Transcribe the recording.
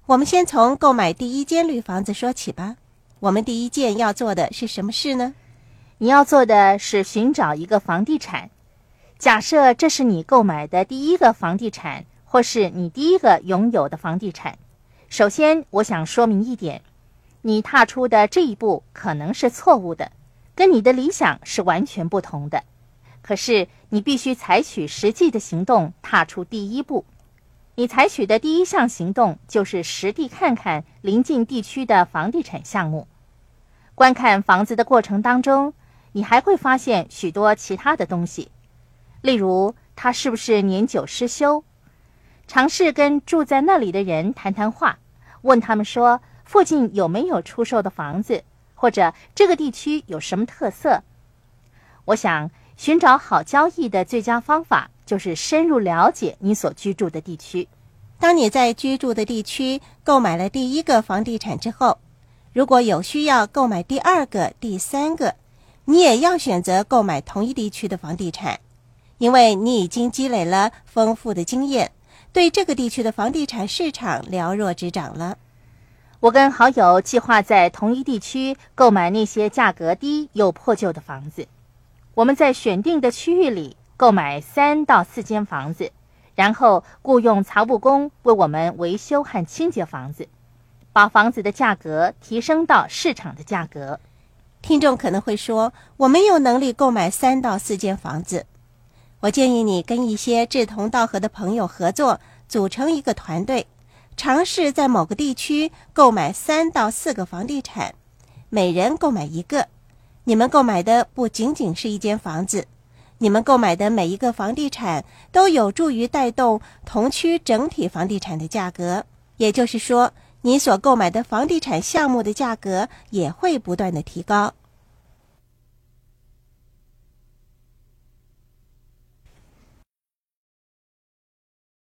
我们先从购买第一间绿房子说起吧。我们第一件要做的是什么事呢？ 你要做的是寻找一个房地产。假设这是你购买的第一个房地产，或是你第一个拥有的房地产。首先，我想说明一点，你踏出的这一步可能是错误的，跟你的理想是完全不同的。可是，你必须采取实际的行动，踏出第一步。你采取的第一项行动就是实地看看邻近地区的房地产项目。观看房子的过程当中，你还会发现许多其他的东西，例如它是不是年久失修。尝试跟住在那里的人谈谈话，问他们说附近有没有出售的房子，或者这个地区有什么特色。我想寻找好交易的最佳方法就是深入了解你所居住的地区。 当你在居住的地区购买了第一个房地产之后，如果有需要购买第二个、第三个，你也要选择购买同一地区的房地产，因为你已经积累了丰富的经验，对这个地区的房地产市场了若指掌了。 我跟好友计划在同一地区购买那些价格低又破旧的房子。我们在选定的区域里购买3到4间房子，然后雇用财务工为我们维修和清洁房子，把房子的价格提升到市场的价格。 听众可能会说，我没有能力购买3到4间房子。我建议你跟一些志同道合的朋友合作，组成一个团队，尝试在某个地区购买3到4个房地产，每人购买一个。你们购买的不仅仅是一间房子，你们购买的每一个房地产都有助于带动同区整体房地产的价格，也就是说，你所购买的房地产项目的价格也会不断的提高。